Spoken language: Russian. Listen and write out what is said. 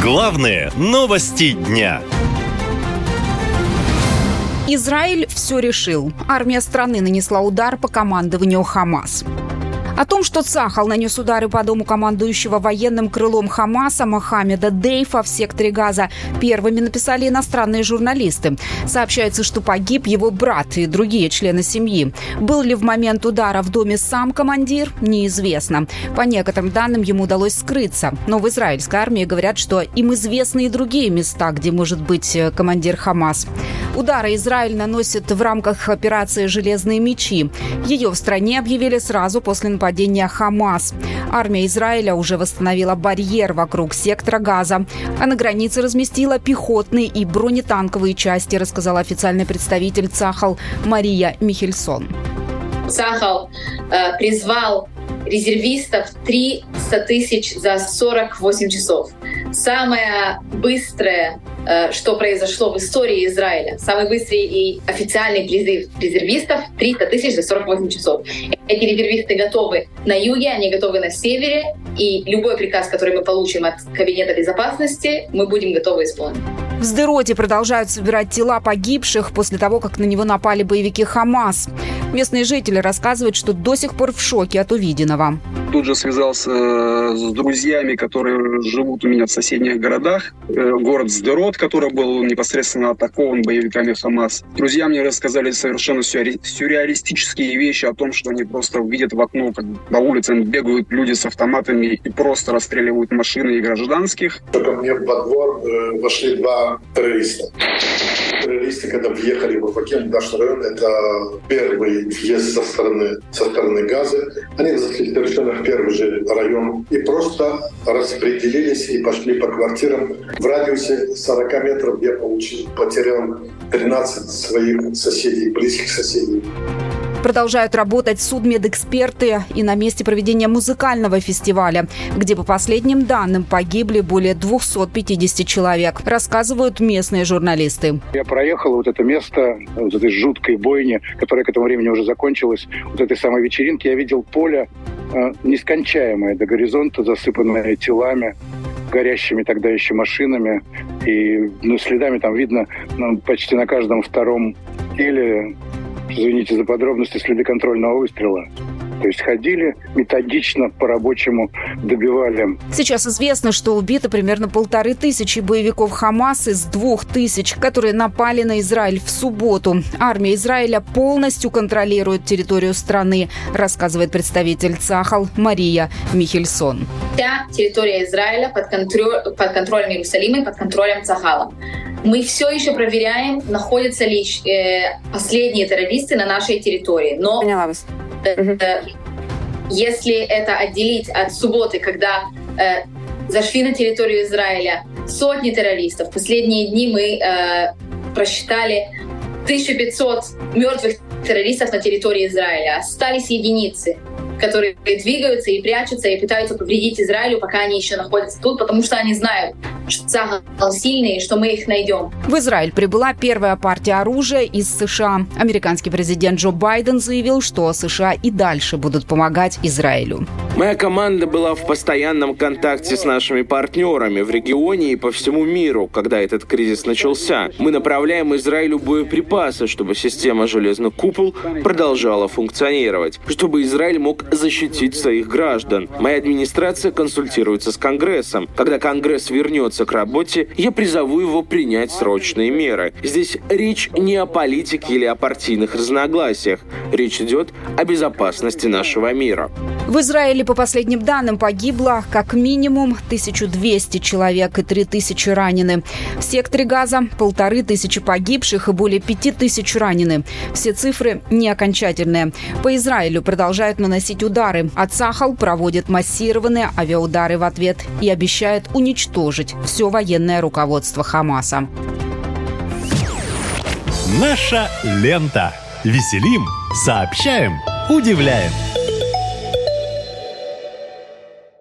Главные новости дня. Израиль все решил. Армия страны нанесла удар по командованию Хамас. О том, что Цахал нанес удары по дому командующего военным крылом Хамаса Мохаммеда Дейфа в секторе Газа, первыми написали иностранные журналисты. Сообщается, что погиб его брат и другие члены семьи. Был ли в момент удара в доме сам командир, неизвестно. По некоторым данным, ему удалось скрыться. Но в израильской армии говорят, что им известны и другие места, где может быть командир Хамас. Удары Израиль наносит в рамках операции «Железные мечи». Ее в стране объявили сразу после нападения Хамас. Армия Израиля уже восстановила барьер вокруг сектора Газа, а на границе разместила пехотные и бронетанковые части, рассказала официальный представитель Цахал Мария Михельсон. Цахал призвал резервистов 300 тысяч за 48 часов. Самое быстрое, что произошло в истории Израиля. Самый быстрый и официальный призыв резервистов 300 тысяч за 48 часов. Эти резервисты готовы на юге, они готовы на севере. И любой приказ, который мы получим от Кабинета безопасности, мы будем готовы исполнить. В Сдероте продолжают собирать тела погибших после того, как на него напали боевики Хамас. Местные жители рассказывают, что до сих пор в шоке от увиденного. Тут же связался с друзьями, которые живут у меня в соседних городах. Город Сдерот, который был непосредственно атакован боевиками Хамас. Друзья мне рассказали совершенно сюрреалистические вещи о том, что они просто видят в окно, как на улице бегают люди с автоматами и просто расстреливают машины и гражданских. Ко мне во двор вошли два террориста. Террористы, когда въехали в Уфакен, наш район, это первый въезд со стороны Газа. Они зашли совершенно в первый же район и просто распределились и пошли по квартирам. В радиусе 40 метров я потерял 13 своих соседей, близких соседей. Продолжают работать судмедэксперты и на месте проведения музыкального фестиваля, где, по последним данным, погибли более 250 человек, рассказывают местные журналисты. Я проехал вот это место, вот этой жуткой бойни, которая к этому времени уже закончилась, вот этой самой вечеринки. Я видел поле нескончаемое до горизонта, засыпанное телами, горящими тогда еще машинами. И следами там видно почти на каждом втором теле, извините за подробности, следы контрольного выстрела. То есть ходили методично, по-рабочему добивали. Сейчас известно, что убито примерно 1500 боевиков Хамас из 2000, которые напали на Израиль в субботу. Армия Израиля полностью контролирует территорию страны, рассказывает представитель Цахал Мария Михельсон. Вся территория Израиля под контролем Иерусалима и под контролем Цахала. Мы все еще проверяем, находятся ли последние террористы на нашей территории. Но если это отделить от субботы, когда зашли на территорию Израиля сотни террористов, в последние дни мы просчитали 1500 мертвых террористов на территории Израиля. Остались единицы, которые двигаются и прячутся, и пытаются повредить Израилю, пока они еще находятся тут, потому что они знают, что Цахал сильный, и что мы их найдем. В Израиль прибыла первая партия оружия из США. Американский президент Джо Байден заявил, что США и дальше будут помогать Израилю. Моя команда была в постоянном контакте с нашими партнерами в регионе и по всему миру, когда этот кризис начался. Мы направляем Израилю боеприпасы, чтобы система «Железный купол» продолжала функционировать, чтобы Израиль мог защитить своих граждан. Моя администрация консультируется с Конгрессом. Когда Конгресс вернется к работе, я призову его принять срочные меры. Здесь речь не о политике или о партийных разногласиях. Речь идет о безопасности нашего мира. В Израиле, по последним данным, погибло как минимум 1200 человек и 3000 ранены. В секторе Газа 1500 погибших и более 5000 ранены. Все цифры не окончательные. По Израилю продолжают наносить удары, а Цахал проводит массированные авиаудары в ответ и обещает уничтожить все военное руководство Хамаса. Наша лента. Веселим, сообщаем, удивляем.